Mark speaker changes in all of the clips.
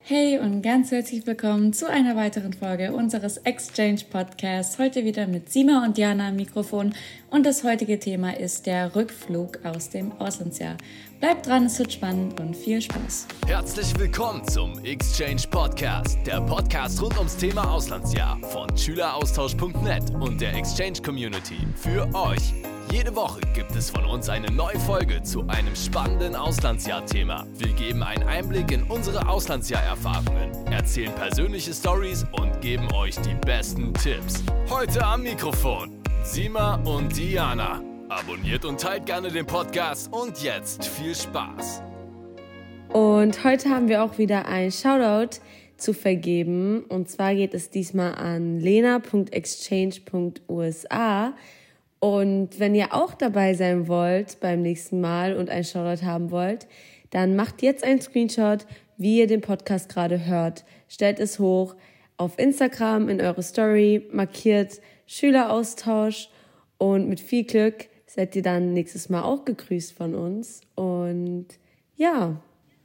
Speaker 1: Hey und ganz herzlich willkommen zu einer weiteren Folge unseres Exchange Podcasts. Heute wieder mit Sima und Diana am Mikrofon und das heutige Thema ist der Rückflug aus dem Auslandsjahr. Bleibt dran, es wird spannend und viel Spaß.
Speaker 2: Herzlich willkommen zum Exchange Podcast, der Podcast rund ums Thema Auslandsjahr von schüleraustausch.net und der Exchange Community für euch. Jede Woche gibt es von uns eine neue Folge zu einem spannenden Auslandsjahr-Thema. Wir geben einen Einblick in unsere Auslandsjahr-Erfahrungen, erzählen persönliche Stories und geben euch die besten Tipps. Heute am Mikrofon Sima und Diana. Abonniert und teilt gerne den Podcast und jetzt viel Spaß.
Speaker 3: Und heute haben wir auch wieder ein Shoutout zu vergeben. Und zwar geht es diesmal an lena.exchange.usa. Und wenn ihr auch dabei sein wollt beim nächsten Mal und einen Shoutout haben wollt, dann macht jetzt einen Screenshot, wie ihr den Podcast gerade hört. Stellt es hoch auf Instagram in eure Story, markiert Schüleraustausch und mit viel Glück seid ihr dann nächstes Mal auch gegrüßt von uns. Und ja.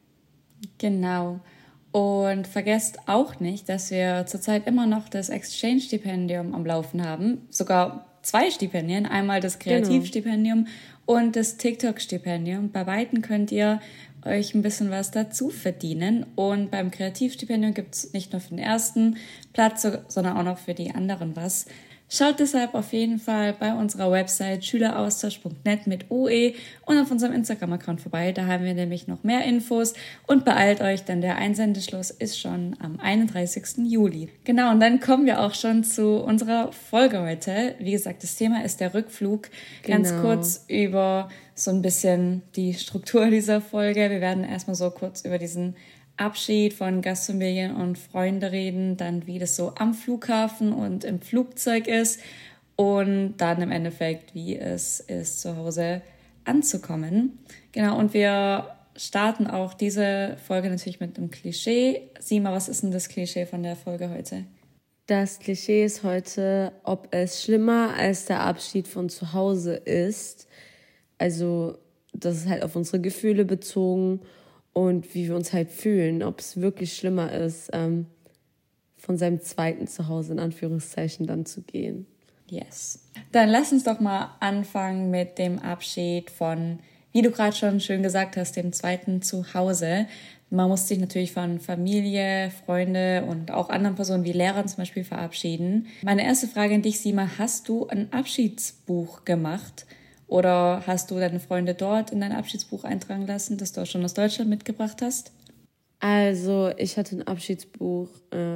Speaker 1: Genau. Und vergesst auch nicht, dass wir zurzeit immer noch das Exchange-Stipendium am Laufen haben. Sogar 2 Stipendien, einmal das Kreativstipendium und das TikTok-Stipendium. Bei beiden könnt ihr euch ein bisschen was dazu verdienen. Und beim Kreativstipendium gibt es nicht nur für den ersten Platz, sondern auch noch für die anderen was. Schaut deshalb auf jeden Fall bei unserer Website schüleraustausch.net mit UE und auf unserem Instagram-Account vorbei. Da haben wir nämlich noch mehr Infos und beeilt euch, denn der Einsendeschluss ist schon am 31. Juli. Genau, und dann kommen wir auch schon zu unserer Folge heute. Wie gesagt, das Thema ist der Rückflug. Ganz kurz über so ein bisschen die Struktur dieser Folge. Wir werden erstmal so kurz über diesen Abschied von Gastfamilien und Freunde reden, dann wie das so am Flughafen und im Flugzeug ist und dann im Endeffekt, wie es ist, zu Hause anzukommen. Genau, und wir starten auch diese Folge natürlich mit einem Klischee. Sima, was ist denn das Klischee von der Folge heute?
Speaker 3: Das Klischee ist heute, ob es schlimmer als der Abschied von zu Hause ist. Also das ist halt auf unsere Gefühle bezogen und wie wir uns halt fühlen, ob es wirklich schlimmer ist, von seinem zweiten Zuhause in Anführungszeichen dann zu gehen.
Speaker 1: Yes. Dann lass uns doch mal anfangen mit dem Abschied von, wie du gerade schon schön gesagt hast, dem zweiten Zuhause. Man muss sich natürlich von Familie, Freunde und auch anderen Personen wie Lehrern zum Beispiel verabschieden. Meine erste Frage an dich, Sima, hast du ein Abschiedsbuch gemacht? Oder hast du deine Freunde dort in dein Abschiedsbuch eintragen lassen, das du auch schon aus Deutschland mitgebracht hast?
Speaker 3: Also ich hatte ein Abschiedsbuch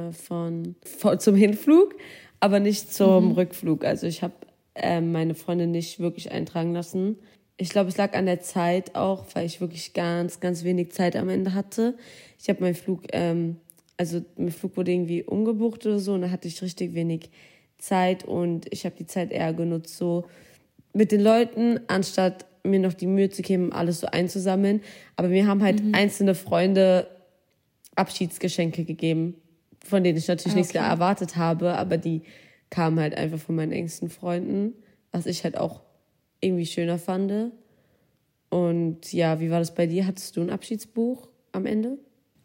Speaker 3: zum Hinflug, aber nicht zum Rückflug. Also ich habe meine Freunde nicht wirklich eintragen lassen. Ich glaube, es lag an der Zeit auch, weil ich wirklich ganz, ganz wenig Zeit am Ende hatte. Ich habe mein Flug wurde irgendwie umgebucht oder so und da hatte ich richtig wenig Zeit und ich habe die Zeit eher genutzt, so mit den Leuten, anstatt mir noch die Mühe zu geben, alles so einzusammeln. Aber mir haben halt einzelne Freunde Abschiedsgeschenke gegeben, von denen ich natürlich nichts erwartet habe, aber die kamen halt einfach von meinen engsten Freunden, was ich halt auch irgendwie schöner fand. Und ja, wie war das bei dir? Hattest du ein Abschiedsbuch am Ende?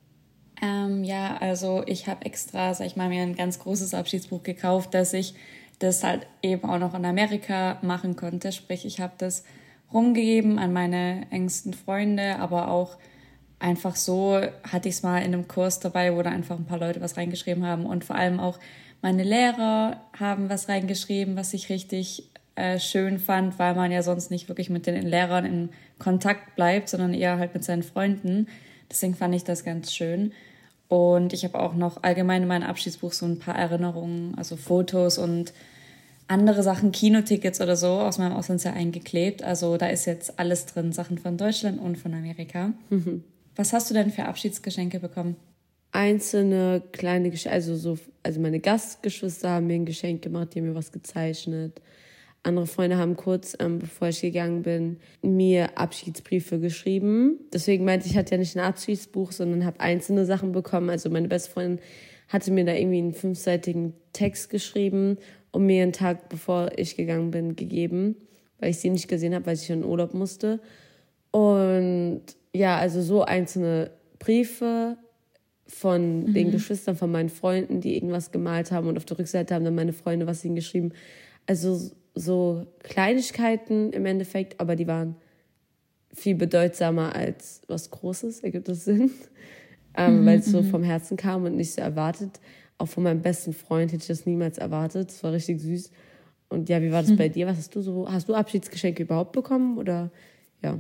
Speaker 1: Ja, also ich habe extra, sag ich mal, mir ein ganz großes Abschiedsbuch gekauft, dass ich das halt eben auch noch in Amerika machen konnte. Sprich, ich habe das rumgegeben an meine engsten Freunde, aber auch einfach so hatte ich es mal in einem Kurs dabei, wo da einfach ein paar Leute was reingeschrieben haben und vor allem auch meine Lehrer haben was reingeschrieben, was ich richtig schön fand, weil man ja sonst nicht wirklich mit den Lehrern in Kontakt bleibt, sondern eher halt mit seinen Freunden. Deswegen fand ich das ganz schön. Und ich habe auch noch allgemein in meinem Abschiedsbuch so ein paar Erinnerungen, also Fotos und andere Sachen, Kinotickets oder so aus meinem Auslandsjahr eingeklebt. Also da ist jetzt alles drin, Sachen von Deutschland und von Amerika. Was hast du denn für Abschiedsgeschenke bekommen?
Speaker 3: Einzelne kleine Geschenke, also meine Gastgeschwister haben mir ein Geschenk gemacht, die haben mir was gezeichnet. Andere Freunde haben kurz, bevor ich gegangen bin, mir Abschiedsbriefe geschrieben. Deswegen meinte ich, hatte ja nicht ein Abschiedsbuch, sondern habe einzelne Sachen bekommen. Also meine beste Freundin hatte mir da irgendwie einen 5-seitigen Text geschrieben und mir einen Tag, bevor ich gegangen bin, gegeben, weil ich sie nicht gesehen habe, weil ich in Urlaub musste. Und ja, also so einzelne Briefe von den Geschwistern von meinen Freunden, die irgendwas gemalt haben und auf der Rückseite haben dann meine Freunde was hingeschrieben. Also so Kleinigkeiten im Endeffekt, aber die waren viel bedeutsamer als was Großes, ergibt das Sinn? Weil es so vom Herzen kam und nicht so erwartet. Auch von meinem besten Freund hätte ich das niemals erwartet. Das war richtig süß. Und ja, wie war das bei dir? Was hast du so? Hast du Abschiedsgeschenke überhaupt bekommen? Oder ja?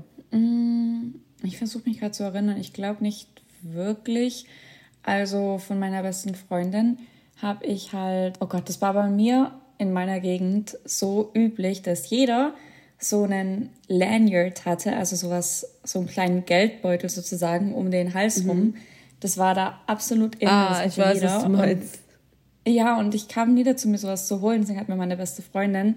Speaker 1: Ich versuche mich gerade zu erinnern. Ich glaube nicht wirklich. Also von meiner besten Freundin habe ich halt, oh Gott, das war bei mir in meiner Gegend so üblich, dass jeder so einen Lanyard hatte, also sowas, so einen kleinen Geldbeutel sozusagen um den Hals rum. Das war da absolut in.
Speaker 3: Ich weiß, was du meinst.
Speaker 1: Und ich kam nie dazu, mir sowas zu holen. Deswegen hat mir meine beste Freundin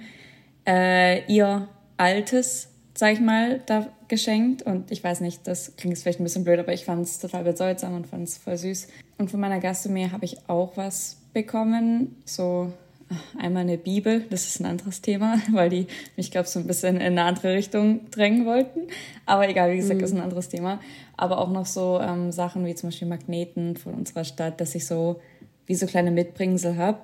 Speaker 1: ihr altes, sag ich mal, da geschenkt. Und ich weiß nicht, das klingt jetzt vielleicht ein bisschen blöd, aber ich fand es total bedeutsam und fand es voll süß. Und von meiner Gastronomie habe ich auch was bekommen. So einmal eine Bibel, das ist ein anderes Thema, weil die mich, glaube ich, so ein bisschen in eine andere Richtung drängen wollten. Aber egal, wie gesagt, das ist ein anderes Thema. Aber auch noch so Sachen wie zum Beispiel Magneten von unserer Stadt, dass ich so wie so kleine Mitbringsel habe.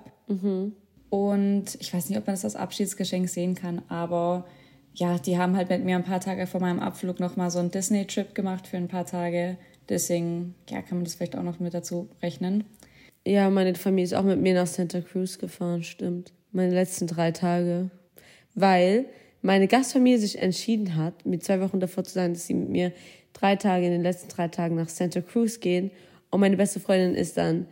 Speaker 1: Und ich weiß nicht, ob man das als Abschiedsgeschenk sehen kann, aber ja, die haben halt mit mir ein paar Tage vor meinem Abflug nochmal so einen Disney-Trip gemacht für ein paar Tage. Deswegen, ja, kann man das vielleicht auch noch mit dazu rechnen.
Speaker 3: Ja, meine Familie ist auch mit mir nach Santa Cruz gefahren, stimmt. Meine letzten 3 Tage. Weil meine Gastfamilie sich entschieden hat, mir 2 Wochen davor zu sagen, dass sie mit mir 3 Tage, in den letzten 3 Tagen nach Santa Cruz gehen. Und meine beste Freundin ist dann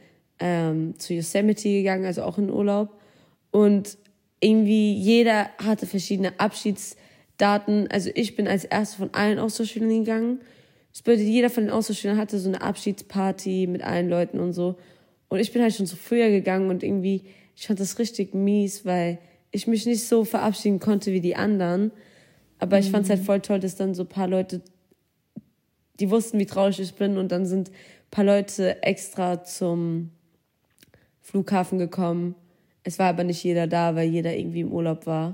Speaker 3: zu Yosemite gegangen, also auch in Urlaub. Und irgendwie jeder hatte verschiedene Abschiedsdaten. Also ich bin als erste von allen Austauschschülern gegangen. Das bedeutet, jeder von den Austauschschülern hatte so eine Abschiedsparty mit allen Leuten und so. Und ich bin halt schon so früher gegangen und irgendwie, ich fand das richtig mies, weil ich mich nicht so verabschieden konnte wie die anderen. Aber ich fand es halt voll toll, dass dann so ein paar Leute, die wussten, wie traurig ich bin. Und dann sind ein paar Leute extra zum Flughafen gekommen. Es war aber nicht jeder da, weil jeder irgendwie im Urlaub war.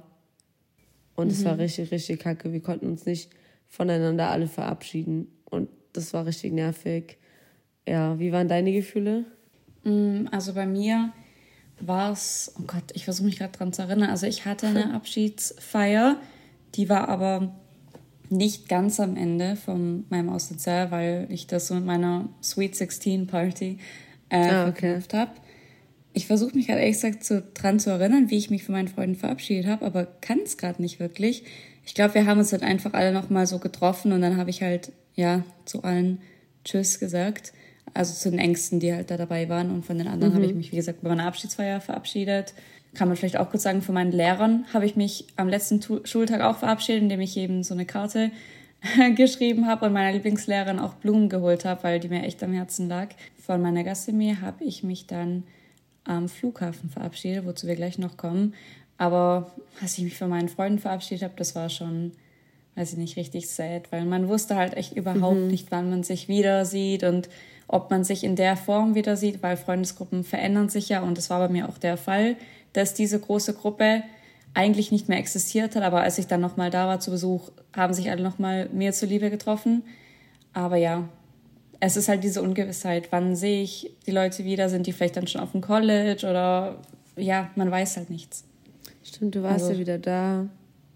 Speaker 3: Und es war richtig, richtig kacke. Wir konnten uns nicht voneinander alle verabschieden. Und das war richtig nervig. Ja, wie waren deine Gefühle?
Speaker 1: Also bei mir war es, oh Gott, ich versuche mich gerade dran zu erinnern. Also ich hatte eine Abschiedsfeier, die war aber nicht ganz am Ende von meinem Auslandsjahr, weil ich das so mit meiner Sweet 16 Party verknüpft habe. Ich versuche mich gerade ehrlich gesagt dran zu erinnern, wie ich mich von meinen Freunden verabschiedet habe, aber kann es gerade nicht wirklich. Ich glaube, wir haben uns halt einfach alle nochmal so getroffen und dann habe ich halt, ja, zu allen Tschüss gesagt. Also zu den Ängsten, die halt da dabei waren. Und von den anderen habe ich mich, wie gesagt, bei meiner Abschiedsfeier verabschiedet. Kann man vielleicht auch kurz sagen, von meinen Lehrern habe ich mich am letzten Schultag auch verabschiedet, indem ich eben so eine Karte geschrieben habe und meiner Lieblingslehrerin auch Blumen geholt habe, weil die mir echt am Herzen lag. Von meiner Gastronomie habe ich mich dann am Flughafen verabschiedet, wozu wir gleich noch kommen. Aber als ich mich von meinen Freunden verabschiedet habe, das war schon, weiß ich nicht, richtig sad, weil man wusste halt echt überhaupt nicht, wann man sich wieder sieht und ob man sich in der Form wieder sieht, weil Freundesgruppen verändern sich ja und das war bei mir auch der Fall, dass diese große Gruppe eigentlich nicht mehr existiert hat, aber als ich dann nochmal da war zu Besuch, haben sich alle nochmal mir zuliebe getroffen. Aber ja, es ist halt diese Ungewissheit, wann sehe ich die Leute wieder, sind die vielleicht dann schon auf dem College oder ja, man weiß halt nichts.
Speaker 3: Stimmt, du warst ja wieder da.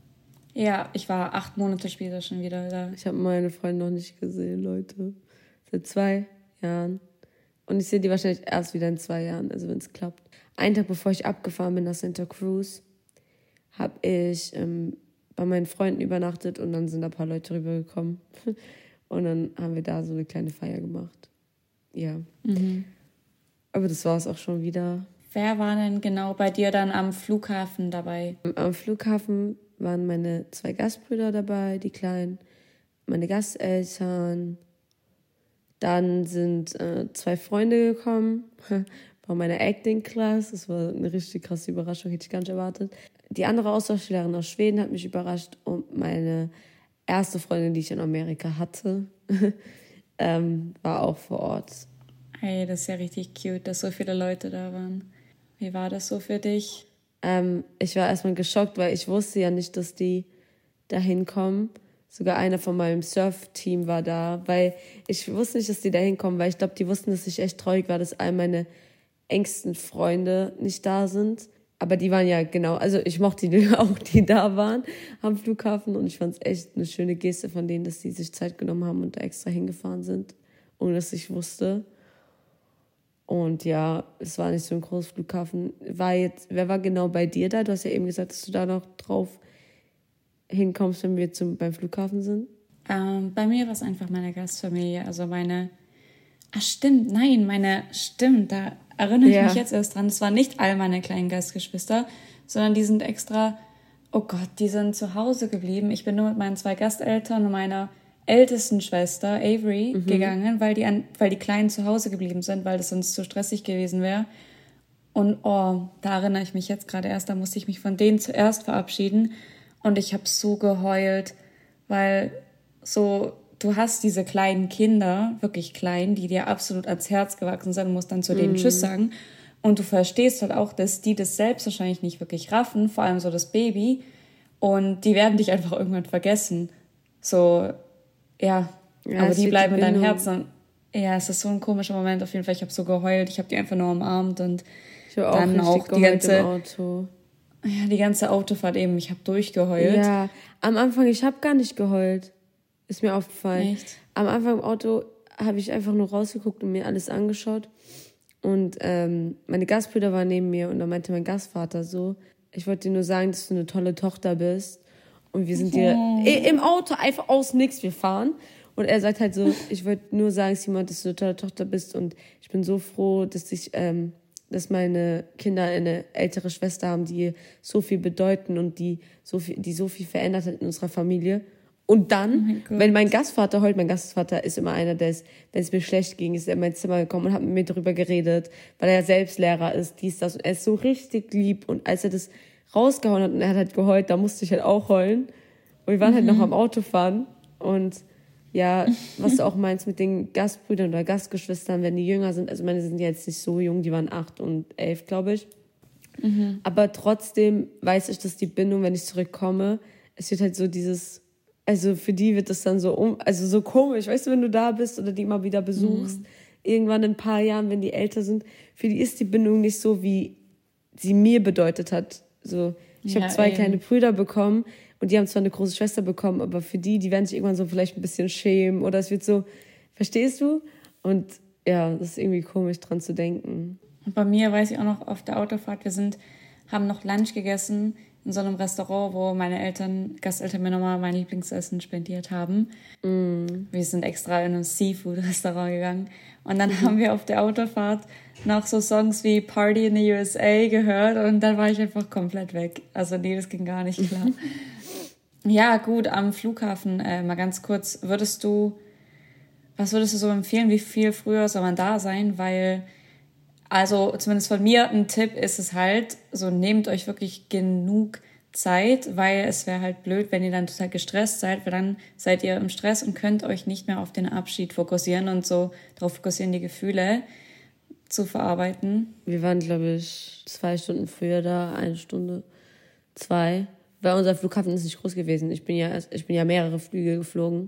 Speaker 1: Ja, ich war 8 Monate später schon wieder da.
Speaker 3: Ich habe meine Freunde noch nicht gesehen, Leute. Seit 2 Jahren. Und ich sehe die wahrscheinlich erst wieder in 2 Jahren, also wenn es klappt. Einen Tag bevor ich abgefahren bin nach Santa Cruz, habe ich bei meinen Freunden übernachtet und dann sind da ein paar Leute rübergekommen. Und dann haben wir da so eine kleine Feier gemacht. Ja. Aber das war es auch schon wieder.
Speaker 1: Wer war denn genau bei dir dann am Flughafen dabei?
Speaker 3: Am Flughafen waren meine 2 Gastbrüder dabei, die Kleinen, meine Gasteltern. Dann sind 2 Freunde gekommen von meiner Acting-Class. Das war eine richtig krasse Überraschung, hätte ich gar nicht erwartet. Die andere Austauschschülerin aus Schweden hat mich überrascht und meine erste Freundin, die ich in Amerika hatte, war auch vor Ort.
Speaker 1: Hey, das ist ja richtig cute, dass so viele Leute da waren. Wie war das so für dich?
Speaker 3: Ich war erstmal geschockt, weil ich wusste ja nicht, dass die da hinkommen. Sogar einer von meinem Surf-Team war da, weil ich wusste nicht, dass die da hinkommen, weil ich glaube, die wussten, dass ich echt traurig war, dass all meine engsten Freunde nicht da sind. Aber die waren ja genau, also ich mochte die auch, die da waren am Flughafen und ich fand es echt eine schöne Geste von denen, dass die sich Zeit genommen haben und da extra hingefahren sind, ohne dass ich wusste. Und ja, es war nicht so ein großer Flughafen. Wer war genau bei dir da? Du hast ja eben gesagt, dass du da noch drauf hinkommst, wenn wir beim Flughafen sind.
Speaker 1: Bei mir war es einfach meine Gastfamilie, also meine da erinnere ich mich jetzt erst dran. Es waren nicht all meine kleinen Gastgeschwister, sondern die sind extra, oh Gott, die sind zu Hause geblieben. Ich bin nur mit meinen 2 Gasteltern und meiner ältesten Schwester, Avery, gegangen, weil die Kleinen zu Hause geblieben sind, weil das sonst zu stressig gewesen wäre. Und da erinnere ich mich jetzt gerade erst, da musste ich mich von denen zuerst verabschieden. Und ich habe so geheult, weil so, du hast diese kleinen Kinder, wirklich klein, die dir absolut ans Herz gewachsen sind und musst dann zu denen Tschüss sagen. Und du verstehst halt auch, dass die das selbst wahrscheinlich nicht wirklich raffen, vor allem so das Baby. Und die werden dich einfach irgendwann vergessen. So, ja aber die bleiben in deinem Herzen. Ja, es ist so ein komischer Moment auf jeden Fall. Ich habe so geheult, ich habe die einfach nur umarmt und dann auch die ganze Auto. Ja, die ganze Autofahrt eben. Ich habe durchgeheult.
Speaker 3: Ja, am Anfang, ich habe gar nicht geheult. Ist mir aufgefallen.
Speaker 1: Echt?
Speaker 3: Am Anfang im Auto habe ich einfach nur rausgeguckt und mir alles angeschaut. Und meine Gastbrüder waren neben mir und dann meinte mein Gastvater so, ich wollte dir nur sagen, dass du eine tolle Tochter bist. Und wir sind dir im Auto einfach aus nix, wir fahren. Und er sagt halt so, ich wollte nur sagen, Simon, dass du eine tolle Tochter bist und ich bin so froh, dass meine Kinder eine ältere Schwester haben, die so viel bedeuten und die so viel verändert hat in unserer Familie. Und dann, wenn mein Gastvater ist immer einer, wenn es mir schlecht ging, ist er in mein Zimmer gekommen und hat mit mir darüber geredet, weil er ja selbst Lehrer ist, dies, das. Und er ist so richtig lieb. Und als er das rausgehauen hat und er hat halt geheult, da musste ich halt auch heulen. Und wir waren halt noch am Autofahren. Und ja, was du auch meinst mit den Gastbrüdern oder Gastgeschwistern, wenn die jünger sind, also meine sind jetzt nicht so jung, die waren 8 und 11, glaube ich. Aber trotzdem weiß ich, dass die Bindung, wenn ich zurückkomme, es wird halt so also für die wird das dann so so komisch, weißt du, wenn du da bist oder die immer wieder besuchst, irgendwann in ein paar Jahren, wenn die älter sind, für die ist die Bindung nicht so, wie sie mir bedeutet hat. So, ich habe 2 kleine Brüder bekommen und die haben zwar eine große Schwester bekommen, aber für die werden sich irgendwann so vielleicht ein bisschen schämen oder es wird so, verstehst du? Und ja, das ist irgendwie komisch dran zu denken.
Speaker 1: Und bei mir weiß ich auch noch auf der Autofahrt, haben noch Lunch gegessen in so einem Restaurant, wo meine Gasteltern mir nochmal mein Lieblingsessen spendiert haben. Wir sind extra in ein Seafood-Restaurant gegangen. Und dann haben wir auf der Autofahrt noch so Songs wie Party in the USA gehört und dann war ich einfach komplett weg. Also nee, das ging gar nicht klar. Ja, gut, am Flughafen, mal ganz kurz, was würdest du so empfehlen, wie viel früher soll man da sein? Weil, also zumindest von mir ein Tipp ist es halt, so nehmt euch wirklich genug Zeit, weil es wäre halt blöd, wenn ihr dann total gestresst seid, weil dann seid ihr im Stress und könnt euch nicht mehr auf den Abschied fokussieren und so darauf fokussieren, die Gefühle zu verarbeiten.
Speaker 3: Wir waren, glaube ich, 2 Stunden früher da, 1 Stunde, 2. Weil unser Flughafen ist nicht groß gewesen. Ich bin ja mehrere Flüge geflogen.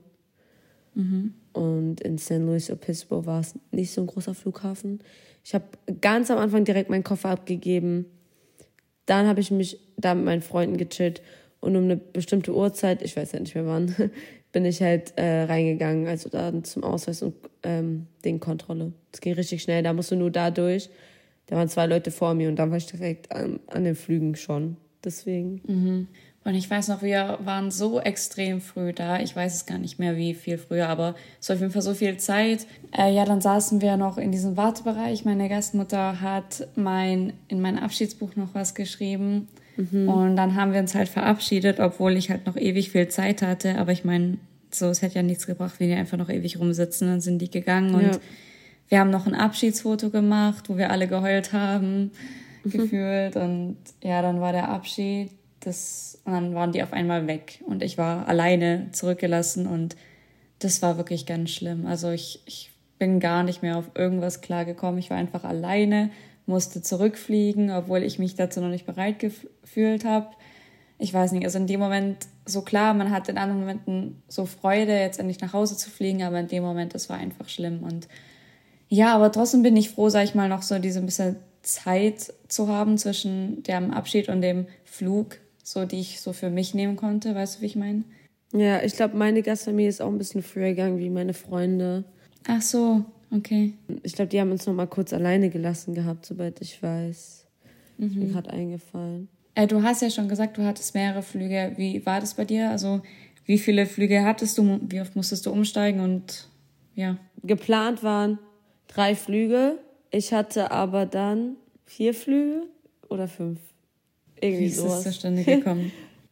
Speaker 3: Und in St. Louis Obispo war es nicht so ein großer Flughafen. Ich habe ganz am Anfang direkt meinen Koffer abgegeben. Dann habe ich mich da mit meinen Freunden gechillt. Und um eine bestimmte Uhrzeit, ich weiß ja nicht mehr wann, bin ich halt reingegangen. Also dann zum Ausweis und Kontrolle. Das ging richtig schnell. Da musst du nur da durch. Da waren 2 Leute vor mir und dann war ich direkt an den Flügen schon. Deswegen.
Speaker 1: Und ich weiß noch, wir waren so extrem früh da. Ich weiß es gar nicht mehr, wie viel früher, aber es war auf jeden Fall so viel Zeit. Dann saßen wir noch in diesem Wartebereich. Meine Gastmutter hat in mein Abschiedsbuch noch was geschrieben. Und dann haben wir uns halt verabschiedet, obwohl ich halt noch ewig viel Zeit hatte. Aber ich meine, so, es hätte ja nichts gebracht, wenn die einfach noch ewig rumsitzen. Dann sind die gegangen und wir haben noch ein Abschiedsfoto gemacht, wo wir alle geheult haben. Gefühlt und ja, dann war der Abschied und dann waren die auf einmal weg und ich war alleine zurückgelassen und das war wirklich ganz schlimm. Also ich bin gar nicht mehr auf irgendwas klargekommen. Ich war einfach alleine, musste zurückfliegen, obwohl ich mich dazu noch nicht bereit gefühlt habe. ich weiß nicht, also in dem Moment, so klar, man hat in anderen Momenten so Freude, jetzt endlich nach Hause zu fliegen, aber in dem Moment, das war einfach schlimm. Und ja, aber trotzdem bin ich froh, sag ich mal, noch so diese ein bisschen Zeit zu haben zwischen dem Abschied und dem Flug, so die ich so für mich nehmen konnte, weißt du, wie ich meine?
Speaker 3: Ja, ich glaube, meine Gastfamilie ist auch ein bisschen früher gegangen wie meine Freunde.
Speaker 1: Ach so, okay.
Speaker 3: Ich glaube, die haben uns noch mal kurz alleine gelassen gehabt, soweit ich weiß. Ist mir gerade eingefallen.
Speaker 1: Du hast ja schon gesagt, du hattest mehrere Flüge. Wie war das bei dir? Also wie viele Flüge hattest du? Wie oft musstest du umsteigen? Und ja.
Speaker 3: Geplant waren 3 Flüge. Ich hatte aber dann 4 Flüge oder 5. Irgendwie
Speaker 1: wie ist
Speaker 3: sowas.
Speaker 1: das zustande gekommen?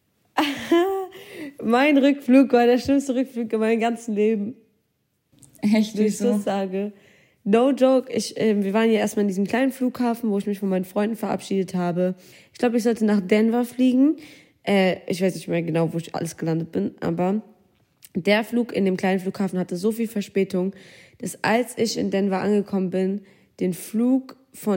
Speaker 3: Mein Rückflug war der schlimmste Rückflug in meinem ganzen Leben.
Speaker 1: Echt,
Speaker 3: Wenn ich
Speaker 1: wieso?
Speaker 3: das sage. No joke, wir waren ja erstmal in diesem kleinen Flughafen, wo ich mich von meinen Freunden verabschiedet habe. Ich glaube, ich sollte nach Denver fliegen. Ich weiß nicht mehr genau, wo ich alles gelandet bin, aber der Flug in dem kleinen Flughafen hatte so viel Verspätung, dass als ich in Denver angekommen bin, den Flug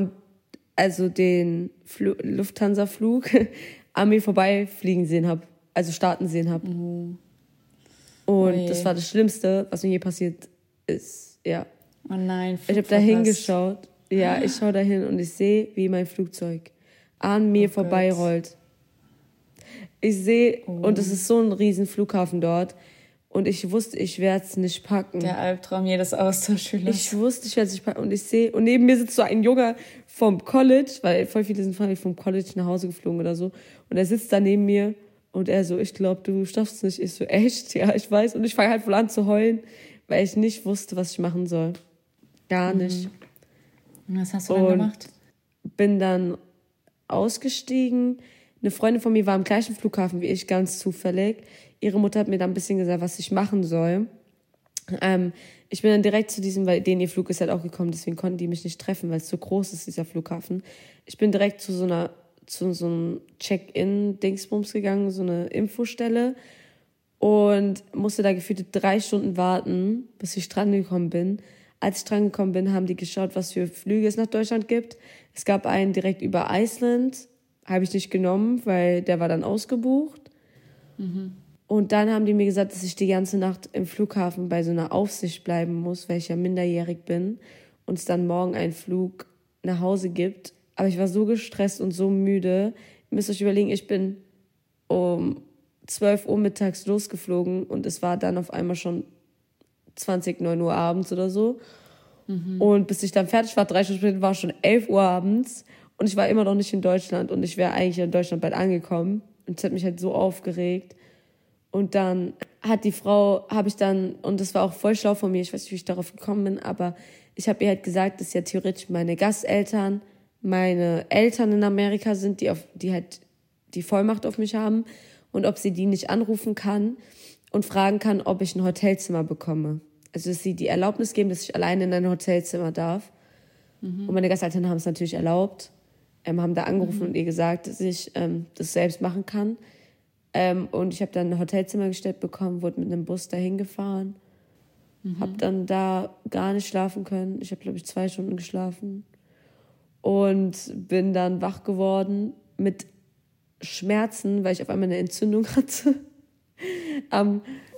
Speaker 3: den Lufthansa-Flug an mir vorbeifliegen sehen habe, also starten sehen habe. Und das war das Schlimmste, was mir je passiert ist, ja.
Speaker 1: Oh nein,
Speaker 3: ich habe da hingeschaut. Ja, ich schaue da hin und ich sehe, wie mein Flugzeug an mir vorbeirollt. Ich sehe, und es ist so ein riesen Flughafen dort. Und ich wusste, ich werde es nicht packen.
Speaker 1: Der Albtraum jedes Austauschschülers.
Speaker 3: Ich wusste, ich werde es nicht packen. Und ich sehe, und neben mir sitzt so ein Junge vom College, weil voll viele sind vom College nach Hause geflogen oder so. Und er sitzt da neben mir und er so, ich glaube, du schaffst es nicht. Ich so, echt? Ja, ich weiß. Und ich fange halt wohl an zu heulen, weil ich nicht wusste, was ich machen soll. Gar nicht.
Speaker 1: Was hast du dann gemacht?
Speaker 3: Bin dann ausgestiegen. Eine Freundin von mir war am gleichen Flughafen wie ich, ganz zufällig. Ihre Mutter hat mir dann ein bisschen gesagt, was ich machen soll. Ich bin dann direkt zu diesem, weil denen ihr Flug ist halt auch gekommen, deswegen konnten die mich nicht treffen, weil es so groß ist, dieser Flughafen. Ich bin direkt zu so einem Check-in-Dingsbums gegangen, so eine Infostelle, und musste da gefühlt 3 Stunden warten, bis ich dran gekommen bin. Als ich dran gekommen bin, haben die geschaut, was für Flüge es nach Deutschland gibt. Es gab einen direkt über Island, habe ich nicht genommen, weil der war dann ausgebucht. Und dann haben die mir gesagt, dass ich die ganze Nacht im Flughafen bei so einer Aufsicht bleiben muss, weil ich ja minderjährig bin und es dann morgen einen Flug nach Hause gibt. Aber ich war so gestresst und so müde. Ihr müsst euch überlegen, ich bin um 12 Uhr mittags losgeflogen und es war dann auf einmal schon 9 Uhr abends oder so. Und bis ich dann fertig war, 3 Stunden später, war schon 11 Uhr abends und ich war immer noch nicht in Deutschland und ich wäre eigentlich in Deutschland bald angekommen. Und es hat mich halt so aufgeregt. Und dann und das war auch voll schlau von mir, ich weiß nicht, wie ich darauf gekommen bin, aber ich habe ihr halt gesagt, dass ja theoretisch meine Gasteltern meine Eltern in Amerika sind, die halt die Vollmacht auf mich haben, und ob sie die nicht anrufen kann und fragen kann, ob ich ein Hotelzimmer bekomme. Also, dass sie die Erlaubnis geben, dass ich alleine in ein Hotelzimmer darf. Und meine Gasteltern haben es natürlich erlaubt, haben da angerufen und ihr gesagt, dass ich das selbst machen kann. Und ich habe dann ein Hotelzimmer gestellt bekommen, wurde mit einem Bus dahin gefahren. Habe dann da gar nicht schlafen können. Ich habe, glaube ich, 2 Stunden geschlafen. Und bin dann wach geworden mit Schmerzen, weil ich auf einmal eine Entzündung hatte am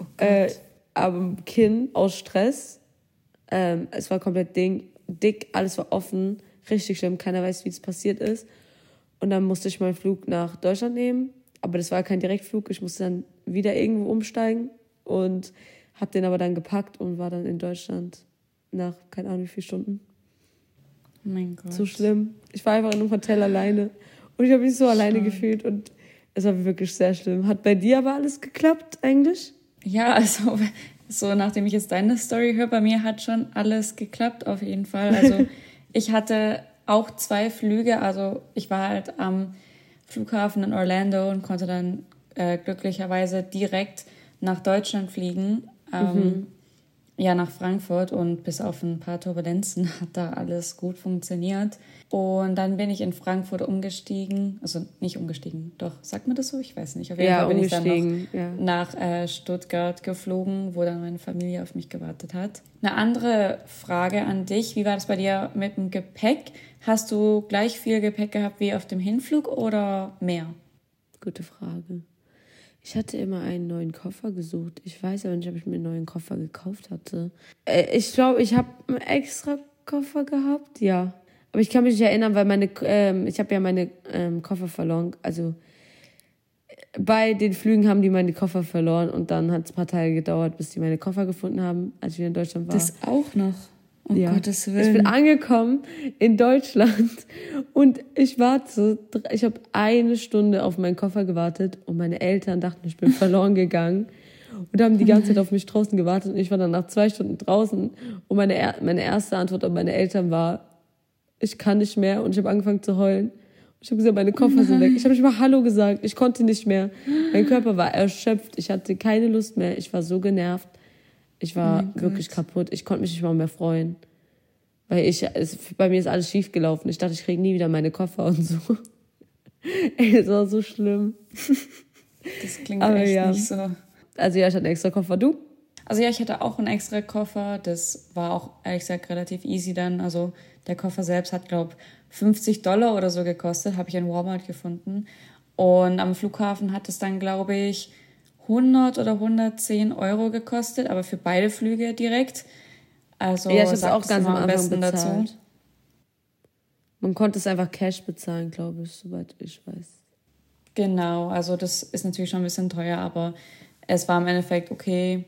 Speaker 3: Kinn aus Stress. Es war komplett dick, alles war offen, richtig schlimm, keiner weiß, wie das passiert ist. Und dann musste ich meinen Flug nach Deutschland nehmen, aber das war kein Direktflug, ich musste dann wieder irgendwo umsteigen und habe den aber dann gepackt und war dann in Deutschland nach keine Ahnung wie viele Stunden.
Speaker 1: Oh mein Gott.
Speaker 3: So schlimm. Ich war einfach in einem Hotel alleine und ich habe mich so alleine gefühlt und es war wirklich sehr schlimm. Hat bei dir aber alles geklappt eigentlich?
Speaker 1: Ja, also so nachdem ich jetzt deine Story höre, bei mir hat schon alles geklappt auf jeden Fall. Also ich hatte auch 2 Flüge, also ich war halt am Flughafen in Orlando und konnte dann glücklicherweise direkt nach Deutschland fliegen. Ja, nach Frankfurt, und bis auf ein paar Turbulenzen hat da alles gut funktioniert. Und dann bin ich in Frankfurt umgestiegen, also nicht umgestiegen, doch, sagt man das so? Ich weiß nicht. Auf jeden Fall bin ich dann noch nach Stuttgart geflogen, wo dann meine Familie auf mich gewartet hat. Eine andere Frage an dich, wie war das bei dir mit dem Gepäck? Hast du gleich viel Gepäck gehabt wie auf dem Hinflug oder mehr?
Speaker 3: Gute Frage. Ich hatte immer einen neuen Koffer gesucht. Ich weiß aber nicht, ob ich mir einen neuen Koffer gekauft hatte. Ich glaube, ich habe einen extra Koffer gehabt, ja. Aber ich kann mich nicht erinnern, weil ich habe ja meine Koffer verloren. Also bei den Flügen haben die meine Koffer verloren und dann hat es ein paar Tage gedauert, bis die meine Koffer gefunden haben, als ich wieder in Deutschland war.
Speaker 1: Das auch noch? Um Gottes Willen.
Speaker 3: Ich bin angekommen in Deutschland und ich habe 1 Stunde auf meinen Koffer gewartet und meine Eltern dachten, ich bin verloren gegangen und haben die ganze Zeit auf mich draußen gewartet und ich war dann nach 2 Stunden draußen und meine erste Antwort an meine Eltern war, ich kann nicht mehr, und ich habe angefangen zu heulen. Ich habe gesagt, meine Koffer sind weg. Ich habe nicht mal Hallo gesagt, ich konnte nicht mehr. Mein Körper war erschöpft, ich hatte keine Lust mehr, ich war so genervt. Ich war wirklich kaputt. Ich konnte mich nicht mal mehr freuen. Weil bei mir ist alles schief gelaufen. Ich dachte, ich kriege nie wieder meine Koffer und so. Ey, das war so schlimm.
Speaker 1: Das klingt echt nicht so.
Speaker 3: Also ja, ich hatte einen extra Koffer. Du?
Speaker 1: Also ja, ich hatte auch einen extra Koffer. Das war auch, ehrlich gesagt, relativ easy dann. Also der Koffer selbst hat, glaube ich, $50 oder so gekostet. Habe ich in Walmart gefunden. Und am Flughafen hat es dann, glaube ich, 100 oder 110 Euro gekostet, aber für beide Flüge direkt. Also
Speaker 3: ja, ich habe es auch ganz am Anfang bezahlt.
Speaker 1: Dazu.
Speaker 3: Man konnte es einfach Cash bezahlen, glaube ich, soweit ich weiß.
Speaker 1: Genau, also das ist natürlich schon ein bisschen teuer, aber es war im Endeffekt okay.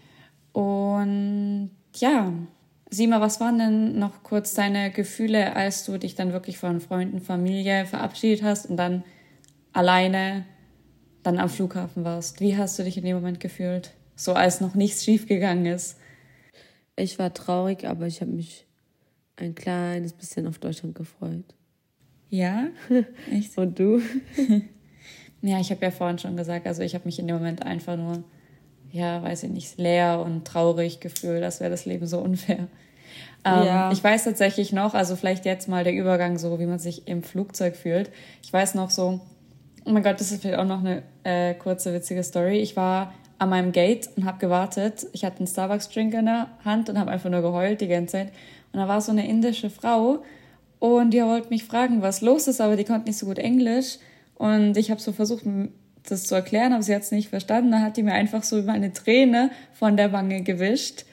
Speaker 1: Und ja, Sima, was waren denn noch kurz deine Gefühle, als du dich dann wirklich von Freunden, Familie verabschiedet hast und dann alleine dann am Flughafen warst? Wie hast du dich in dem Moment gefühlt? So als noch nichts schiefgegangen ist.
Speaker 3: Ich war traurig, aber ich habe mich ein kleines bisschen auf Deutschland gefreut.
Speaker 1: Ja? Echt?
Speaker 3: Und du?
Speaker 1: Ja, ich habe ja vorhin schon gesagt, also ich habe mich in dem Moment einfach nur, ja, weiß ich nicht, leer und traurig gefühlt, als wäre das Leben so unfair. Ich weiß tatsächlich noch, also vielleicht jetzt mal der Übergang so, wie man sich im Flugzeug fühlt. Ich weiß noch so, oh mein Gott, das ist vielleicht auch noch eine kurze, witzige Story. Ich war an meinem Gate und habe gewartet. Ich hatte einen Starbucks-Drink in der Hand und habe einfach nur geheult die ganze Zeit. Und da war so eine indische Frau und die wollte mich fragen, was los ist, aber die konnte nicht so gut Englisch. Und ich habe so versucht, das zu erklären, aber sie hat es nicht verstanden. Dann hat die mir einfach so über eine Träne von der Wange gewischt.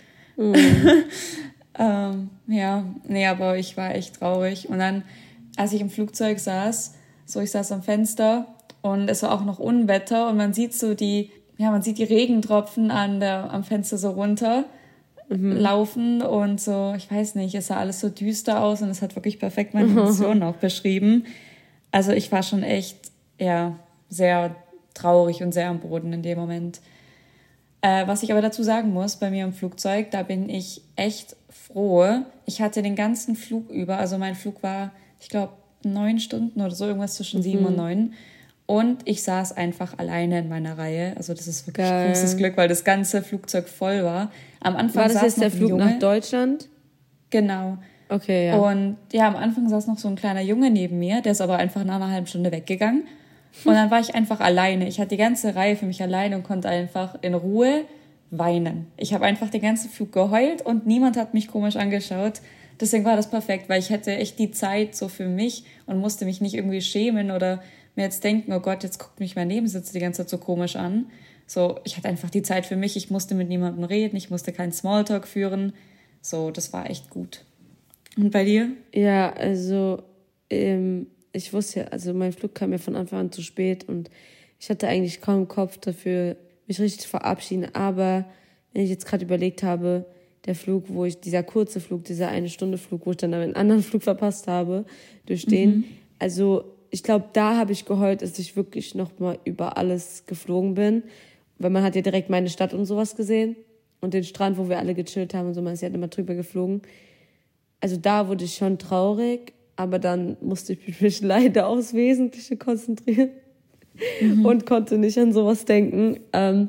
Speaker 1: Aber ich war echt traurig. Und dann, als ich im Flugzeug saß, ich saß am Fenster und es war auch noch Unwetter und man sieht so die Regentropfen am Fenster so runter laufen und so, ich weiß nicht, es sah alles so düster aus und es hat wirklich perfekt meine Emotionen auch beschrieben. Also ich war schon echt, sehr traurig und sehr am Boden in dem Moment. Was ich aber dazu sagen muss, bei mir im Flugzeug, da bin ich echt froh. Ich hatte den ganzen Flug über, also mein Flug war, ich glaube, 9 Stunden oder so, irgendwas zwischen 7 und 9. Und ich saß einfach alleine in meiner Reihe. Also das ist wirklich großes Glück, weil das ganze Flugzeug voll war. Am Anfang
Speaker 3: war das jetzt der Flug nach Deutschland?
Speaker 1: Genau.
Speaker 3: Okay, ja.
Speaker 1: Und ja, am Anfang saß noch so ein kleiner Junge neben mir, der ist aber einfach nach einer halben Stunde weggegangen. Und dann war ich einfach alleine. Ich hatte die ganze Reihe für mich alleine und konnte einfach in Ruhe weinen. Ich habe einfach den ganzen Flug geheult und niemand hat mich komisch angeschaut. Deswegen war das perfekt, weil ich hätte echt die Zeit so für mich und musste mich nicht irgendwie schämen oder mir jetzt denken, oh Gott, jetzt guckt mich mein Nebensitzer die ganze Zeit so komisch an. So, ich hatte einfach die Zeit für mich. Ich musste mit niemandem reden, ich musste keinen Smalltalk führen. So, das war echt gut. Und bei dir?
Speaker 3: Ja, also ich wusste ja, also mein Flug kam mir von Anfang an zu spät und ich hatte eigentlich kaum Kopf dafür, mich richtig zu verabschieden. Aber wenn ich jetzt gerade überlegt habe, der Flug, dieser kurze Flug, dieser 1-Stunde-Flug, wo ich dann einen anderen Flug verpasst habe, durch den, also ich glaube, da habe ich geheult, dass ich wirklich nochmal über alles geflogen bin, weil man hat ja direkt meine Stadt und sowas gesehen und den Strand, wo wir alle gechillt haben und so, man ist ja immer drüber geflogen. Also da wurde ich schon traurig, aber dann musste ich mich leider aufs Wesentliche konzentrieren und konnte nicht an sowas denken.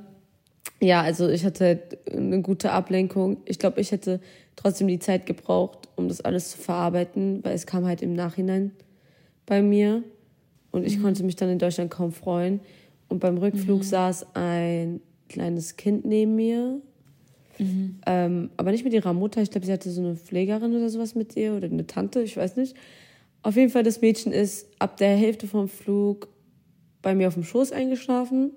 Speaker 3: Also ich hatte eine gute Ablenkung. Ich glaube, ich hätte trotzdem die Zeit gebraucht, um das alles zu verarbeiten, weil es kam halt im Nachhinein bei mir und ich konnte mich dann in Deutschland kaum freuen. Und beim Rückflug saß ein kleines Kind neben mir, aber nicht mit ihrer Mutter. Ich glaube, sie hatte so eine Pflegerin oder sowas mit ihr oder eine Tante, ich weiß nicht. Auf jeden Fall, das Mädchen ist ab der Hälfte vom Flug bei mir auf dem Schoß eingeschlafen.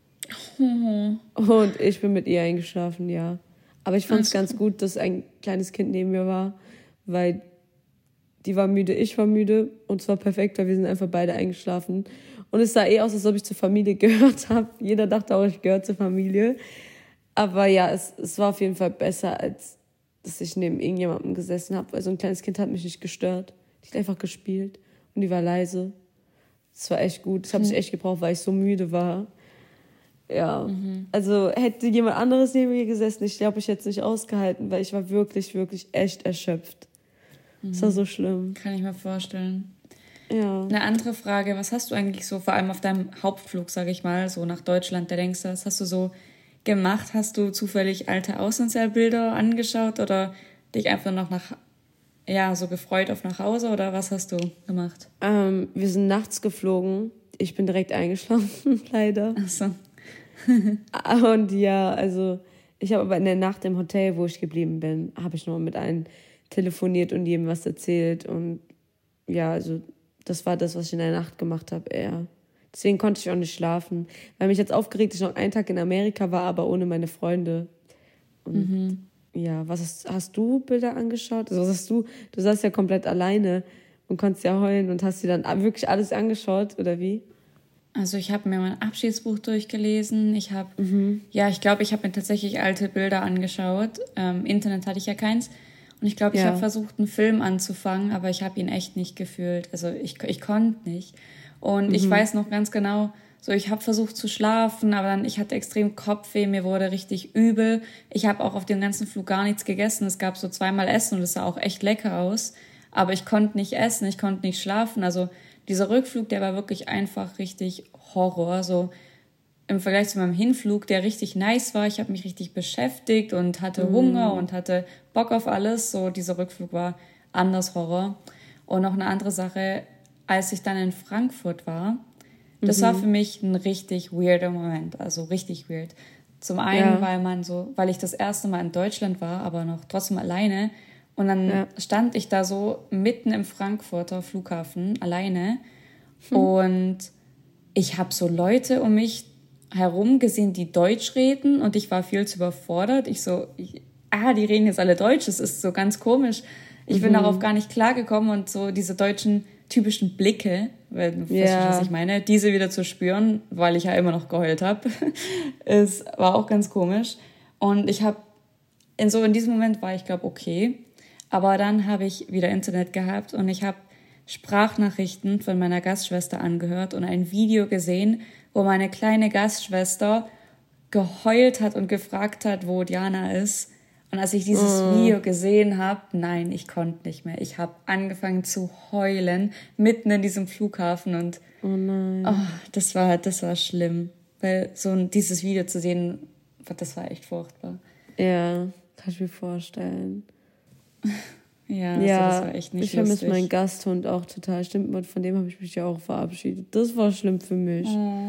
Speaker 3: Und ich bin mit ihr eingeschlafen, ja. Aber ich fand es ganz gut, dass ein kleines Kind neben mir war, weil die war müde, ich war müde und es war perfekt, weil wir sind einfach beide eingeschlafen. Und es sah aus, als ob ich zur Familie gehört habe. Jeder dachte auch, ich gehöre zur Familie. Aber ja, es war auf jeden Fall besser, als dass ich neben irgendjemandem gesessen habe, weil so ein kleines Kind hat mich nicht gestört. Die hat einfach gespielt und die war leise. Das war echt gut. Das habe ich echt gebraucht, weil ich so müde war. Ja, also hätte jemand anderes neben mir gesessen, ich glaube, ich hätte es nicht ausgehalten, weil ich war wirklich, wirklich echt erschöpft. Das war so schlimm.
Speaker 1: Kann ich mir vorstellen.
Speaker 3: Ja.
Speaker 1: Eine andere Frage, was hast du eigentlich so, vor allem auf deinem Hauptflug, sage ich mal, so nach Deutschland, der denkst du, was hast du so gemacht? Hast du zufällig alte Auslandsjahrbilder angeschaut oder dich einfach noch so gefreut auf nach Hause oder was hast du gemacht?
Speaker 3: Wir sind nachts geflogen. Ich bin direkt eingeschlafen, leider.
Speaker 1: Ach so.
Speaker 3: Und ja, also ich habe aber in der Nacht im Hotel, wo ich geblieben bin, habe ich noch mit einem telefoniert und jedem was erzählt. Und ja, also das war das, was ich in der Nacht gemacht habe eher. Deswegen konnte ich auch nicht schlafen. Weil mich jetzt aufgeregt, dass ich noch einen Tag in Amerika war, aber ohne meine Freunde. Und ja, hast du Bilder angeschaut? Also du saßt ja komplett alleine und konntest ja heulen und hast dir dann wirklich alles angeschaut, oder wie?
Speaker 1: Also ich habe mir mein Abschiedsbuch durchgelesen. Ich glaube, ich habe mir tatsächlich alte Bilder angeschaut. Internet hatte ich ja keins. Und ich glaube, ich habe versucht, einen Film anzufangen, aber ich habe ihn echt nicht gefühlt. Also ich konnte nicht. Und ich weiß noch ganz genau, so ich habe versucht zu schlafen, aber dann ich hatte extrem Kopfweh, mir wurde richtig übel. Ich habe auch auf dem ganzen Flug gar nichts gegessen. Es gab so 2-mal Essen und es sah auch echt lecker aus. Aber ich konnte nicht essen, ich konnte nicht schlafen. Also dieser Rückflug, der war wirklich einfach richtig Horror. So im Vergleich zu meinem Hinflug, der richtig nice war. Ich habe mich richtig beschäftigt und hatte Hunger und hatte Bock auf alles. So dieser Rückflug war anders Horror. Und noch eine andere Sache, als ich dann in Frankfurt war, das war für mich ein richtig weirder Moment. Also richtig weird. Zum einen, weil ich das erste Mal in Deutschland war, aber noch trotzdem alleine. Und dann stand ich da so mitten im Frankfurter Flughafen alleine und ich habe so Leute um mich herum gesehen, die Deutsch reden und ich war viel zu überfordert. Die reden jetzt alle Deutsch, das ist so ganz komisch. Ich bin darauf gar nicht klargekommen und so diese deutschen typischen Blicke, weil du verstehst, was ich meine, diese wieder zu spüren, weil ich ja immer noch geheult habe, es war auch ganz komisch. Und ich habe in diesem Moment war ich, glaube okay. Aber dann habe ich wieder Internet gehabt und ich habe Sprachnachrichten von meiner Gastschwester angehört und ein Video gesehen, wo meine kleine Gastschwester geheult hat und gefragt hat, wo Diana ist. Und als ich dieses Video gesehen habe, nein, ich konnte nicht mehr. Ich habe angefangen zu heulen, mitten in diesem Flughafen und das war schlimm. Weil dieses Video zu sehen, das war echt furchtbar.
Speaker 3: Ja, kann ich mir vorstellen.
Speaker 1: Ja, das war echt nicht lustig.
Speaker 3: Ich vermisse meinen Gasthund auch total. Stimmt, von dem habe ich mich ja auch verabschiedet. Das war schlimm für mich.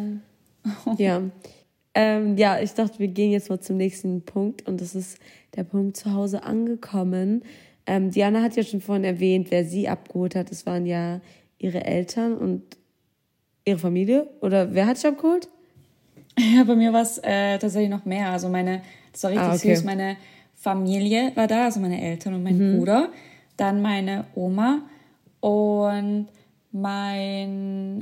Speaker 3: Ja. Ich dachte, wir gehen jetzt mal zum nächsten Punkt und das ist der Punkt zu Hause angekommen. Diana hat ja schon vorhin erwähnt, wer sie abgeholt hat. Das waren ja ihre Eltern und ihre Familie. Oder wer hat sich abgeholt?
Speaker 1: Ja, bei mir war es tatsächlich noch mehr. Also das war richtig süß. Meine Familie war da, also meine Eltern und mein Bruder. Dann meine Oma und mein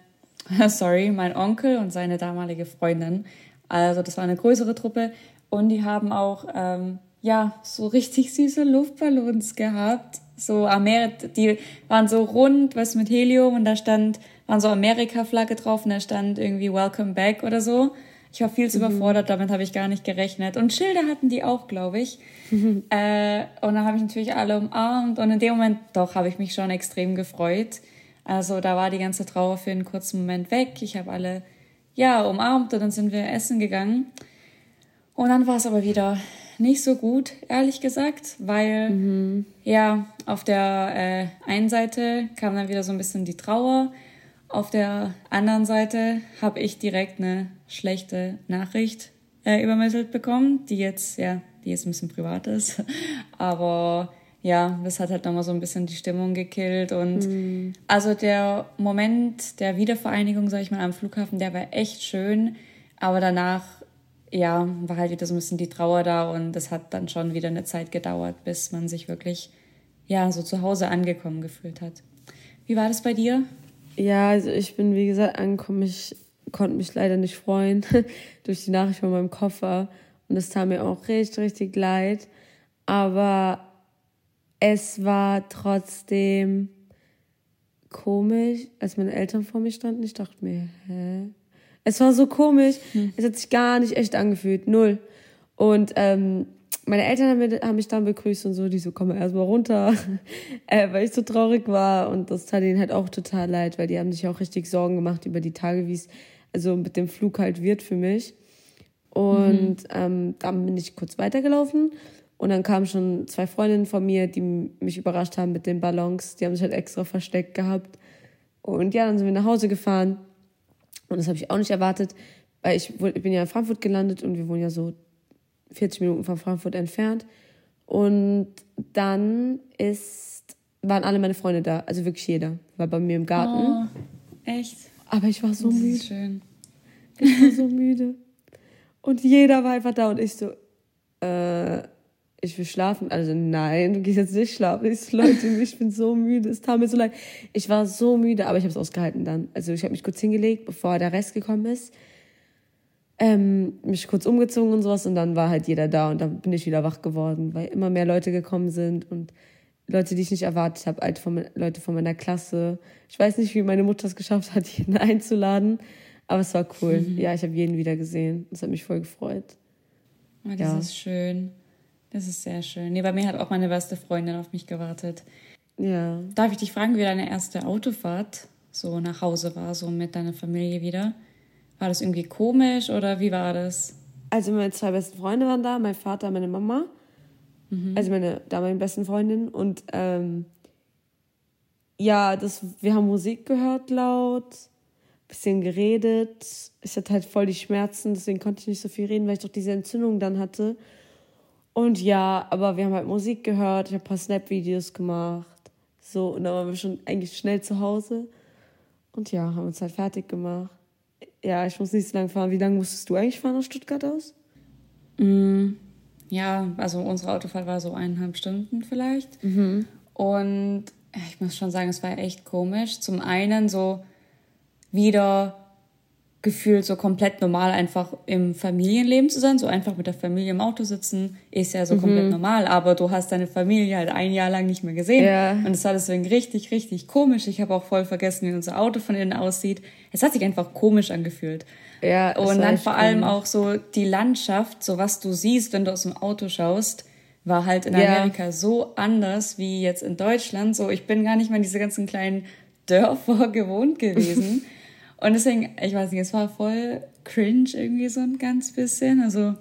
Speaker 1: Onkel und seine damalige Freundin. Also das war eine größere Truppe. Und die haben auch so richtig süße Luftballons gehabt. So die waren so rund, was mit Helium und waren so Amerika-Flagge drauf und da stand irgendwie Welcome Back oder so. Ich war viel zu überfordert, damit habe ich gar nicht gerechnet. Und Schilder hatten die auch, glaube ich. Und dann habe ich natürlich alle umarmt und in dem Moment, doch, habe ich mich schon extrem gefreut. Also da war die ganze Trauer für einen kurzen Moment weg. Ich habe alle umarmt und dann sind wir essen gegangen. Und dann war es aber wieder nicht so gut, ehrlich gesagt, weil auf der einen Seite kam dann wieder so ein bisschen die Trauer. Auf der anderen Seite habe ich direkt eine schlechte Nachricht übermittelt bekommen, die jetzt ein bisschen privat ist. Aber ja, das hat halt nochmal so ein bisschen die Stimmung gekillt. Und also der Moment der Wiedervereinigung, sag ich mal, am Flughafen, der war echt schön. Aber danach, ja, war halt wieder so ein bisschen die Trauer da. Und das hat dann schon wieder eine Zeit gedauert, bis man sich wirklich, ja, so zu Hause angekommen gefühlt hat. Wie war das bei dir?
Speaker 3: Ja, also ich bin, wie gesagt, angekommen. Ich konnte mich leider nicht freuen durch die Nachricht von meinem Koffer. Und es tat mir auch richtig, richtig leid. Aber es war trotzdem komisch, als meine Eltern vor mir standen. Ich dachte mir, hä? Es war so komisch. Es hat sich gar nicht echt angefühlt. Null. Und meine Eltern haben mich dann begrüßt und so. Die so, komm erst mal runter. Weil ich so traurig war. Und das tat ihnen halt auch total leid, weil die haben sich auch richtig Sorgen gemacht über die Tage, wie es also mit dem Flug halt wird für mich. Und dann bin ich kurz weitergelaufen. Und dann kamen schon 2 Freundinnen von mir, die mich überrascht haben mit den Ballons. Die haben sich halt extra versteckt gehabt. Und ja, dann sind wir nach Hause gefahren. Und das habe ich auch nicht erwartet, weil ich bin ja in Frankfurt gelandet und wir wohnen ja so 40 Minuten von Frankfurt entfernt. Und dann waren alle meine Freunde da, also wirklich jeder. War bei mir im Garten.
Speaker 1: Oh, echt?
Speaker 3: Aber ich war so
Speaker 1: Das
Speaker 3: müde.
Speaker 1: ist schön.
Speaker 3: Ich war so müde. Und jeder war einfach da und ich so, ich will schlafen. Also nein, du gehst jetzt nicht schlafen. Ich so, Leute, ich bin so müde. Es tat mir so leid. Ich war so müde, aber ich habe es ausgehalten dann. Also ich habe mich kurz hingelegt, bevor der Rest gekommen ist. Mich kurz umgezogen und sowas und dann war halt jeder da und dann bin ich wieder wach geworden, weil immer mehr Leute gekommen sind und Leute, die ich nicht erwartet habe, Leute von meiner Klasse. Ich weiß nicht, wie meine Mutter es geschafft hat, jeden einzuladen, aber es war cool. Ja, ich habe jeden wieder gesehen. Das hat mich voll gefreut.
Speaker 1: Oh, das ist schön. Das ist sehr schön. Nee, bei mir hat auch meine beste Freundin auf mich gewartet.
Speaker 3: Ja.
Speaker 1: Darf ich dich fragen, wie deine erste Autofahrt so nach Hause war, so mit deiner Familie wieder? War das irgendwie komisch oder wie war das?
Speaker 3: Also meine 2 besten Freunde waren da, mein Vater, meine Mama. Also meine damaligen besten Freundinnen. Und ja, wir haben Musik gehört laut, bisschen geredet. Ich hatte halt voll die Schmerzen, deswegen konnte ich nicht so viel reden, weil ich doch diese Entzündung dann hatte. Und ja, aber wir haben halt Musik gehört, ich habe ein paar Snap-Videos gemacht. So, und dann waren wir schon eigentlich schnell zu Hause. Und ja, haben uns halt fertig gemacht. Ja, ich muss nicht so lange fahren. Wie lange musstest du eigentlich fahren aus Stuttgart aus?
Speaker 1: Ja, also unsere Autofahrt war so 1,5 Stunden vielleicht. Und ich muss schon sagen, es war echt komisch. Zum einen so wieder gefühlt so komplett normal einfach im Familienleben zu sein, so einfach mit der Familie im Auto sitzen, ist ja so komplett normal, aber du hast deine Familie halt 1 Jahr lang nicht mehr gesehen und es war deswegen richtig, richtig komisch. Ich habe auch voll vergessen, wie unser Auto von innen aussieht. Es hat sich einfach komisch angefühlt.
Speaker 3: Ja,
Speaker 1: und dann vor allem auch so die Landschaft, so was du siehst, wenn du aus dem Auto schaust, war halt in Amerika so anders wie jetzt in Deutschland. So, ich bin gar nicht mal in diese ganzen kleinen Dörfer gewohnt gewesen. Und deswegen, ich weiß nicht, es war voll cringe irgendwie so ein ganz bisschen. Also,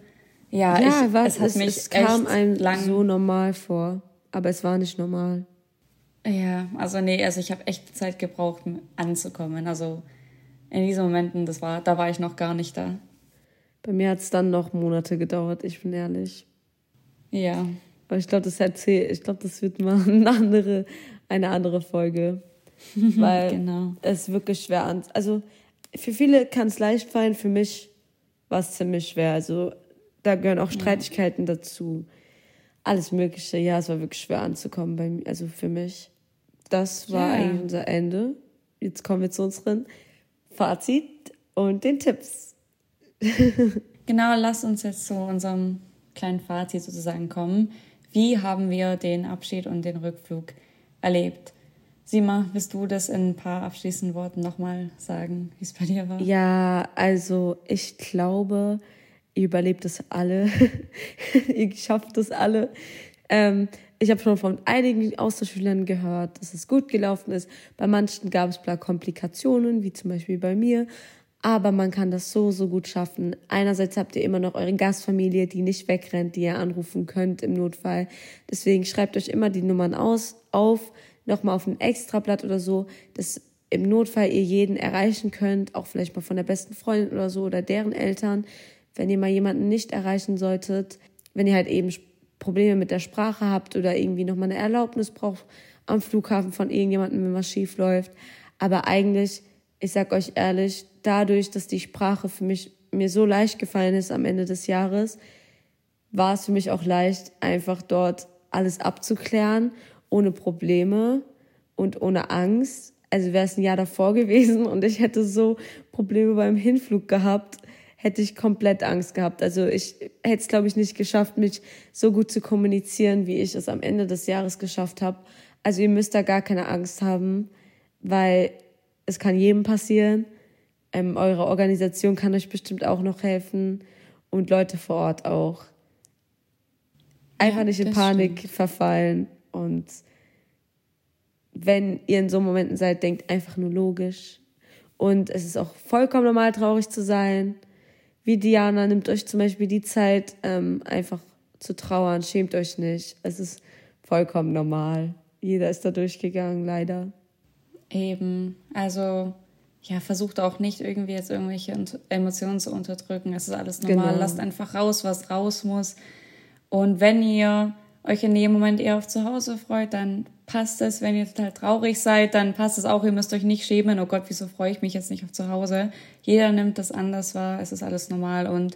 Speaker 3: es kam einem so normal vor, aber es war nicht normal.
Speaker 1: Ja, also ich habe echt Zeit gebraucht, anzukommen. Also in diesen Momenten, da war ich noch gar nicht da.
Speaker 3: Bei mir hat es dann noch Monate gedauert, ich bin ehrlich.
Speaker 1: Ja.
Speaker 3: Aber ich glaube, das wird mal eine andere Folge. Weil es wirklich schwer also für viele kann es leicht fallen, für mich war es ziemlich schwer. Also da gehören auch Streitigkeiten dazu. Alles Mögliche. Ja, es war wirklich schwer anzukommen bei mir, also für mich. Das war eigentlich unser Ende. Jetzt kommen wir zu unserem Fazit und den Tipps.
Speaker 1: Genau, lass uns jetzt zu unserem kleinen Fazit sozusagen kommen. Wie haben wir den Abschied und den Rückflug erlebt? Sima, willst du das in ein paar abschließenden Worten nochmal sagen, wie es bei dir war?
Speaker 3: Ja, also ich glaube, ihr überlebt es alle. Ihr schafft es alle. Ich habe schon von einigen Austauschschülern gehört, dass es gut gelaufen ist. Bei manchen gab es ein paar Komplikationen, wie zum Beispiel bei mir. Aber man kann das so, so gut schaffen. Einerseits habt ihr immer noch eure Gastfamilie, die nicht wegrennt, die ihr anrufen könnt im Notfall. Deswegen schreibt euch immer die Nummern auf, nochmal auf ein Extrablatt oder so, dass im Notfall ihr jeden erreichen könnt, auch vielleicht mal von der besten Freundin oder so oder deren Eltern, wenn ihr mal jemanden nicht erreichen solltet, wenn ihr halt eben Probleme mit der Sprache habt oder irgendwie nochmal eine Erlaubnis braucht am Flughafen von irgendjemandem, wenn was schief läuft. Aber eigentlich, ich sag euch ehrlich, dadurch, dass die Sprache mir so leicht gefallen ist am Ende des Jahres, war es für mich auch leicht, einfach dort alles abzuklären, ohne Probleme und ohne Angst. Also wäre es ein Jahr davor gewesen und ich hätte so Probleme beim Hinflug gehabt, hätte ich komplett Angst gehabt. Also ich hätte es, glaube ich, nicht geschafft, mich so gut zu kommunizieren, wie ich es am Ende des Jahres geschafft habe. Also ihr müsst da gar keine Angst haben, weil es kann jedem passieren. Eure Organisation kann euch bestimmt auch noch helfen und Leute vor Ort auch. Einfach nicht in Panik verfallen. Und wenn ihr in so Momenten seid, denkt einfach nur logisch. Und es ist auch vollkommen normal, traurig zu sein. Wie Diana, nehmt euch zum Beispiel die Zeit, einfach zu trauern. Schämt euch nicht. Es ist vollkommen normal. Jeder ist da durchgegangen, leider.
Speaker 1: Eben. Also, ja, versucht auch nicht irgendwie jetzt irgendwelche Emotionen zu unterdrücken. Es ist alles normal. Genau. Lasst einfach raus, was raus muss. Und wenn ihr euch in dem Moment eher auf zu Hause freut, dann passt es. Wenn ihr total traurig seid, dann passt es auch. Ihr müsst euch nicht schämen. Oh Gott, wieso freue ich mich jetzt nicht auf zu Hause? Jeder nimmt das anders wahr. Es ist alles normal. Und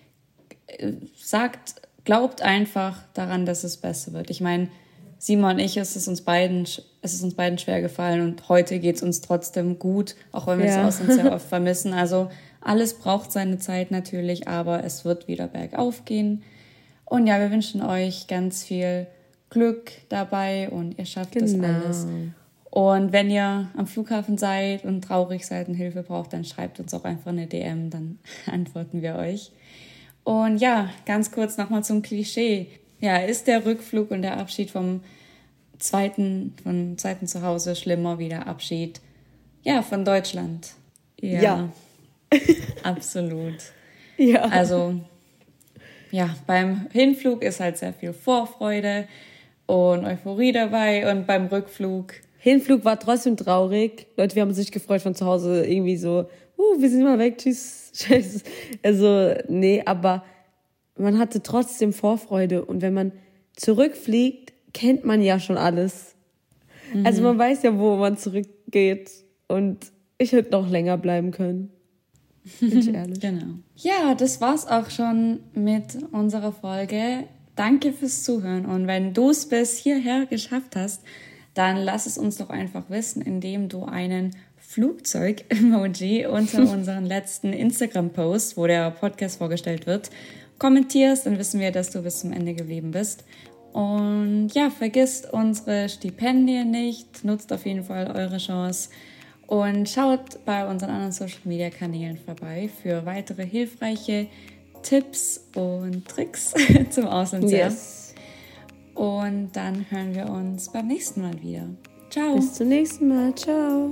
Speaker 1: glaubt einfach daran, dass es besser wird. Ich meine, Simon und ich, es ist uns beiden schwer gefallen und heute geht es uns trotzdem gut, auch wenn wir das Ausland sehr oft vermissen. Also alles braucht seine Zeit natürlich, aber es wird wieder bergauf gehen. Und ja, wir wünschen euch ganz viel Glück dabei und ihr schafft das alles. Und wenn ihr am Flughafen seid und traurig seid und Hilfe braucht, dann schreibt uns auch einfach eine DM, dann antworten wir euch. Und ja, ganz kurz nochmal zum Klischee. Ja, ist der Rückflug und der Abschied vom zweiten Zuhause schlimmer wie der Abschied von Deutschland? Ja. Absolut. Ja. Also, ja, beim Hinflug ist halt sehr viel Vorfreude und Euphorie dabei und beim Rückflug...
Speaker 3: Hinflug war trotzdem traurig. Leute, wir haben uns nicht gefreut von zu Hause irgendwie so, wir sind mal weg, tschüss, scheiße. Also, nee, aber man hatte trotzdem Vorfreude und wenn man zurückfliegt, kennt man ja schon alles. Mhm. Also man weiß ja, wo man zurückgeht und ich hätte noch länger bleiben können. Bin ich ehrlich.
Speaker 1: Genau. Ja, das war's auch schon mit unserer Folge. Danke fürs Zuhören und wenn du es bis hierher geschafft hast, dann lass es uns doch einfach wissen, indem du einen Flugzeug-Emoji unter unseren letzten Instagram-Post, wo der Podcast vorgestellt wird, kommentierst, dann wissen wir, dass du bis zum Ende geblieben bist. Und ja, vergisst unsere Stipendien nicht, nutzt auf jeden Fall eure Chance und schaut bei unseren anderen Social-Media-Kanälen vorbei für weitere hilfreiche Tipps und Tricks zum Auslandsjahr. Yes. Und dann hören wir uns beim nächsten Mal wieder. Ciao.
Speaker 3: Bis zum nächsten Mal. Ciao.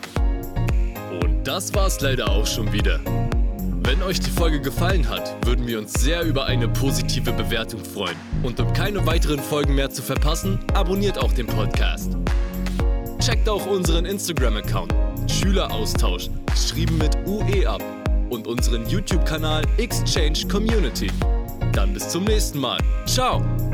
Speaker 2: Und das war's leider auch schon wieder. Wenn euch die Folge gefallen hat, würden wir uns sehr über eine positive Bewertung freuen. Und um keine weiteren Folgen mehr zu verpassen, abonniert auch den Podcast. Checkt auch unseren Instagram-Account Schüleraustausch, geschrieben mit UE ab, und unseren YouTube-Kanal Exchange Community. Dann bis zum nächsten Mal. Ciao!